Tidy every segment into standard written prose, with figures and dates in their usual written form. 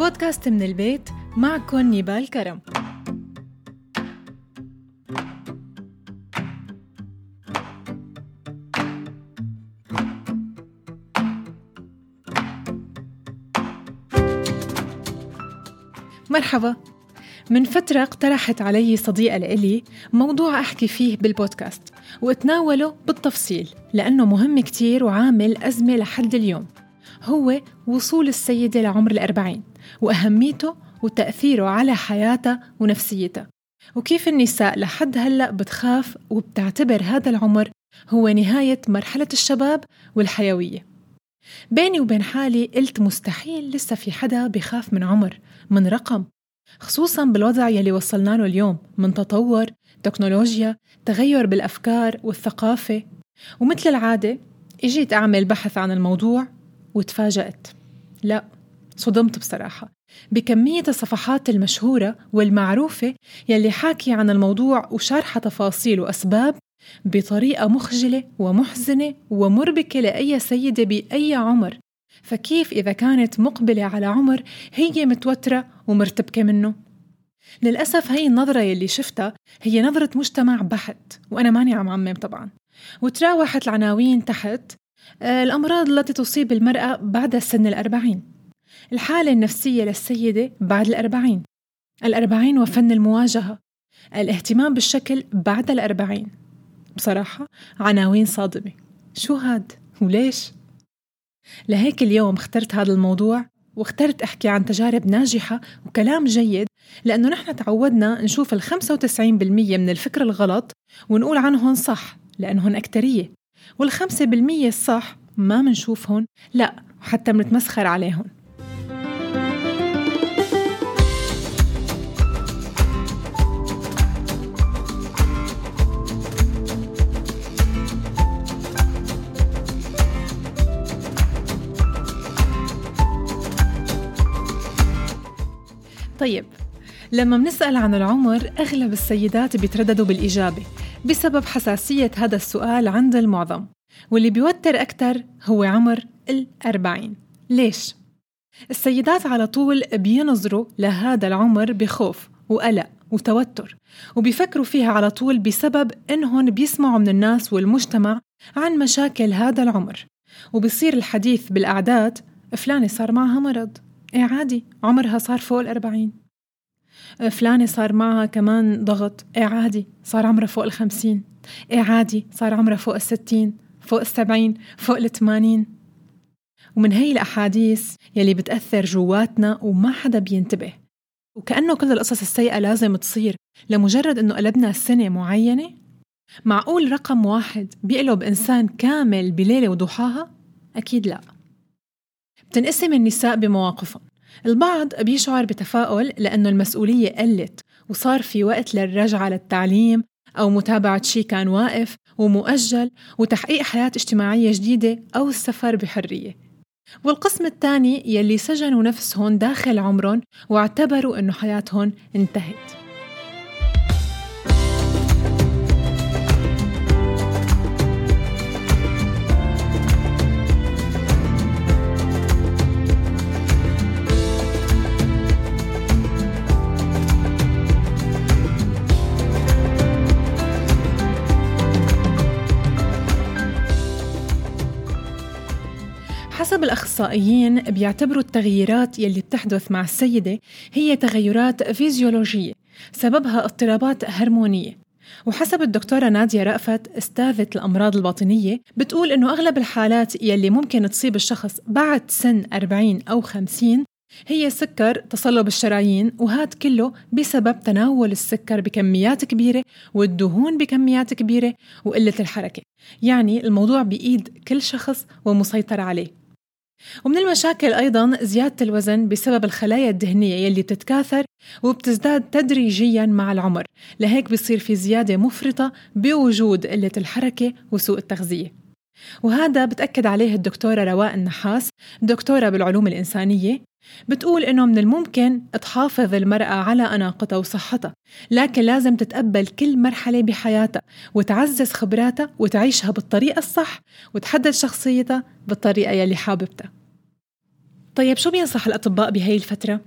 بودكاست من البيت، معكم نيبال كرم. مرحبا. من فترة اقترحت علي صديقة لإلي موضوع أحكي فيه بالبودكاست واتناوله بالتفصيل لأنه مهم كتير وعامل أزمة لحد اليوم، هو وصول السيدة لعمر 40 وأهميته وتأثيره على حياتها ونفسيتها، وكيف النساء لحد هلأ بتخاف وبتعتبر هذا العمر هو نهاية مرحلة الشباب والحيوية. بيني وبين حالي قلت مستحيل لسه في حدا بيخاف من عمر، من رقم، خصوصاً بالوضع يلي وصلنا له اليوم من تطور، تكنولوجيا، تغير بالأفكار والثقافة. ومثل العادة اجيت أعمل بحث عن الموضوع وتفاجأت، لا صدمت بصراحة بكمية الصفحات المشهورة والمعروفة يلي حاكي عن الموضوع وشارحة تفاصيل وأسباب بطريقة مخجلة ومحزنة ومربكة لأي سيدة بأي عمر. فكيف إذا كانت مقبلة على عمر هي متوترة ومرتبكة منه؟ للأسف هي النظرة يلي شفتها هي نظرة مجتمع بحت، وأنا ماني عم عمم طبعا. وتراوحت العناوين تحت الأمراض التي تصيب المرأة بعد سن 40، الحالة النفسية للسيدة بعد 40، 40 وفن المواجهة، الاهتمام بالشكل بعد 40. بصراحة عناوين صادمة، شو هاد وليش؟ لهيك اليوم اخترت هذا الموضوع واخترت أحكي عن تجارب ناجحة وكلام جيد، لأنه نحن تعودنا نشوف 95% من الفكر الغلط ونقول عنهم صح لأنهم أكترية، وال5% الصح ما منشوفهم، لا حتى منتمسخر عليهم. طيب، لما منسأل عن العمر أغلب السيدات بيترددوا بالإجابة بسبب حساسية هذا السؤال عند المعظم، واللي بيوتر أكتر هو عمر 40. ليش؟ السيدات على طول بينظروا لهذا العمر بخوف وقلق وتوتر، وبيفكروا فيها على طول بسبب إنهم بيسمعوا من الناس والمجتمع عن مشاكل هذا العمر، وبيصير الحديث بالأعداد، فلانة صار معها مرض، عادي عمرها صار فوق 40. فلانة صار معها كمان ضغط، عادي صار عمرها فوق 50. عادي صار عمرها فوق 60، فوق 70، فوق 80. ومن هاي الأحاديث يلي بتأثر جواتنا وما حدا بينتبه، وكأنه كل القصص السيئة لازم تصير لمجرد أنه قلبنا سنة معينة. معقول رقم واحد بيقلب إنسان كامل بليلة وضحاها؟ أكيد لا. بتنقسم النساء بمواقفهم، البعض بيشعر بتفاؤل لأنه المسؤولية قلت وصار في وقت للرجعة للتعليم أو متابعة شيء كان واقف ومؤجل وتحقيق حياة اجتماعية جديدة أو السفر بحرية. والقسم الثاني يلي سجنوا نفسهم داخل عمرهم واعتبروا أنه حياتهم انتهت. حسب الأخصائيين بيعتبروا التغييرات يلي بتحدث مع السيدة هي تغيرات فيزيولوجية سببها اضطرابات هرمونية. وحسب الدكتورة نادية رأفت أستاذة الأمراض الباطنية بتقول إنه أغلب الحالات يلي ممكن تصيب الشخص بعد سن 40 أو 50 هي سكر، تصلب الشرايين، وهذا كله بسبب تناول السكر بكميات كبيرة والدهون بكميات كبيرة وقلة الحركة. يعني الموضوع بإيد كل شخص ومسيطر عليه. ومن المشاكل أيضاً زيادة الوزن بسبب الخلايا الدهنية يلي بتتكاثر وبتزداد تدريجياً مع العمر، لهيك بيصير في زيادة مفرطة بوجود قلة الحركة وسوء التغذية. وهذا بتأكد عليه الدكتورة رواء النحاس، دكتورة بالعلوم الإنسانية، بتقول إنه من الممكن تحافظ المرأة على أناقتها وصحتها، لكن لازم تتقبل كل مرحلة بحياتها وتعزز خبراتها وتعيشها بالطريقة الصح وتحدد شخصيتها بالطريقة يلي حاببتها. طيب شو بينصح الأطباء بهاي الفترة؟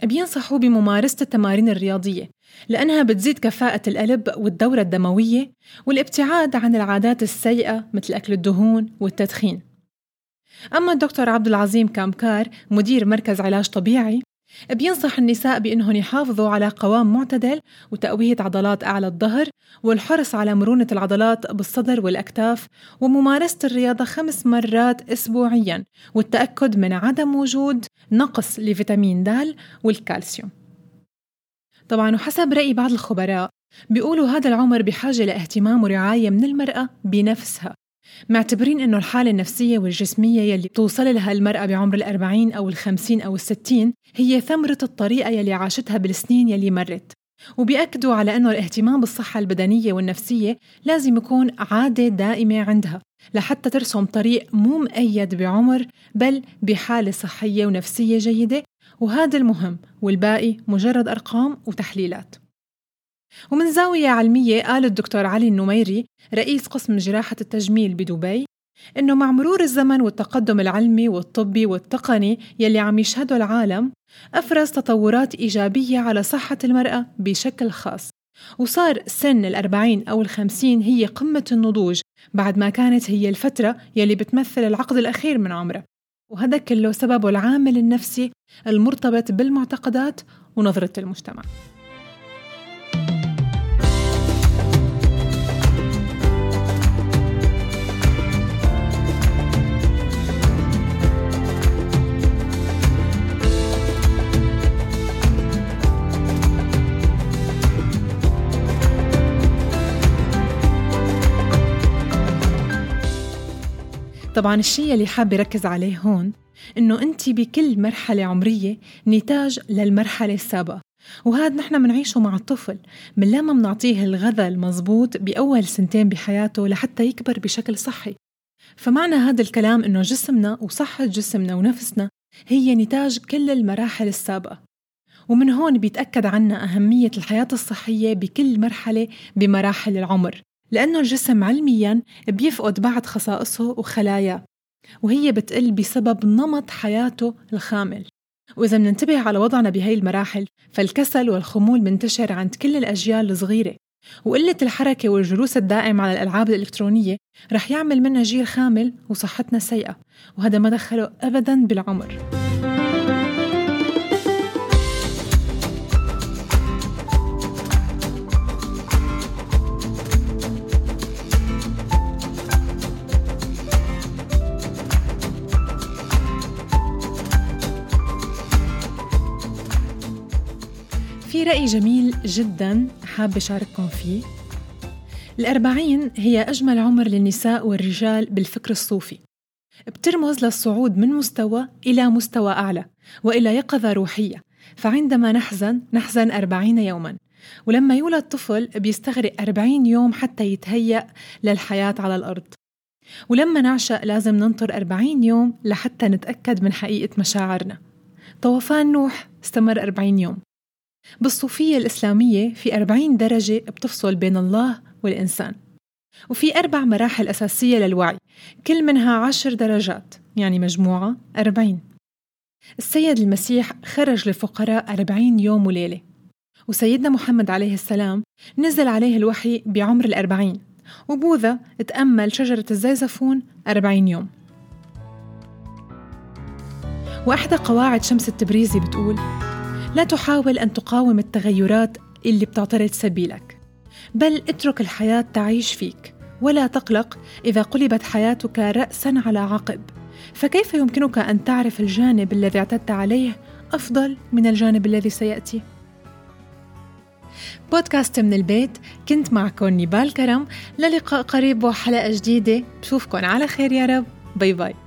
بينصحوا بممارسة التمارين الرياضية لأنها بتزيد كفاءة القلب والدورة الدموية والابتعاد عن العادات السيئة مثل أكل الدهون والتدخين. أما الدكتور عبد العظيم كامكار مدير مركز علاج طبيعي بينصح النساء بأنهم يحافظوا على قوام معتدل وتقوية عضلات أعلى الظهر والحرص على مرونة العضلات بالصدر والأكتاف وممارسة الرياضة 5 مرات أسبوعياً والتأكد من عدم وجود نقص لفيتامين د والكالسيوم. طبعاً وحسب رأي بعض الخبراء بيقولوا هذا العمر بحاجة لاهتمام ورعاية من المرأة بنفسها، معتبرين إنه الحالة النفسية والجسمية يلي توصل لها المرأة بعمر 40 أو 50 أو 60 هي ثمرة الطريقة يلي عاشتها بالسنين يلي مرت، وبيأكدوا على إنه الاهتمام بالصحة البدنية والنفسية لازم يكون عادة دائمة عندها لحتى ترسم طريق مو مقيد بعمر بل بحالة صحية ونفسية جيدة، وهذا المهم والباقي مجرد أرقام وتحليلات. ومن زاوية علمية قال الدكتور علي النميري رئيس قسم جراحة التجميل بدبي إنه مع مرور الزمن والتقدم العلمي والطبي والتقني يلي عم يشهده العالم أفرز تطورات إيجابية على صحة المرأة بشكل خاص، وصار سن 40 أو 50 هي قمة النضوج بعد ما كانت هي الفترة يلي بتمثل العقد الأخير من عمره، وهذا كله سببه العامل النفسي المرتبط بالمعتقدات ونظرة المجتمع. طبعاً الشيء اللي حابة ركز عليه هون إنه أنت بكل مرحلة عمرية نتاج للمرحلة السابقة، وهذا نحن منعيشه مع الطفل من لما منعطيه الغذاء المضبوط بأول 2 سنين بحياته لحتى يكبر بشكل صحي. فمعنى هذا الكلام إنه جسمنا وصحة جسمنا ونفسنا هي نتاج كل المراحل السابقة، ومن هون بيتأكد عنا أهمية الحياة الصحية بكل مرحلة بمراحل العمر، لأنه الجسم علمياً بيفقد بعض خصائصه وخلاياه وهي بتقل بسبب نمط حياته الخامل. وإذا مننتبه على وضعنا بهاي المراحل فالكسل والخمول منتشر عند كل الأجيال الصغيرة، وقلة الحركة والجلوس الدائم على الألعاب الإلكترونية رح يعمل منا جيل خامل وصحتنا سيئة، وهذا ما دخله أبداً بالعمر. في رأي جميل جداً حابة أشارككم فيه. 40 هي أجمل عمر للنساء والرجال بالفكر الصوفي، بترمز للصعود من مستوى إلى مستوى أعلى وإلى يقظة روحية. فعندما نحزن 40 يوماً، ولما يولد طفل بيستغرق 40 يوم حتى يتهيأ للحياة على الأرض، ولما نعشق لازم ننطر 40 يوم لحتى نتأكد من حقيقة مشاعرنا. طوفان نوح استمر 40 يوم. بالصوفية الإسلامية في 40 درجة بتفصل بين الله والإنسان، وفي 4 مراحل أساسية للوعي كل منها 10 درجات، يعني مجموعة 40. السيد المسيح خرج للفقراء 40 يوم وليلة، وسيدنا محمد عليه السلام نزل عليه الوحي بعمر 40، وبوذا تأمل شجرة الزيزفون 40 يوم. وأحدى قواعد شمس التبريزي بتقول: لا تحاول أن تقاوم التغيرات اللي بتعترض سبيلك، بل اترك الحياة تعيش فيك، ولا تقلق إذا قلبت حياتك رأساً على عقب، فكيف يمكنك أن تعرف الجانب الذي اعتدت عليه أفضل من الجانب الذي سيأتي؟ بودكاست من البيت، كنت معكم نيبال كرم، للقاء قريب وحلقة جديدة. بشوفكن على خير يا رب. باي باي.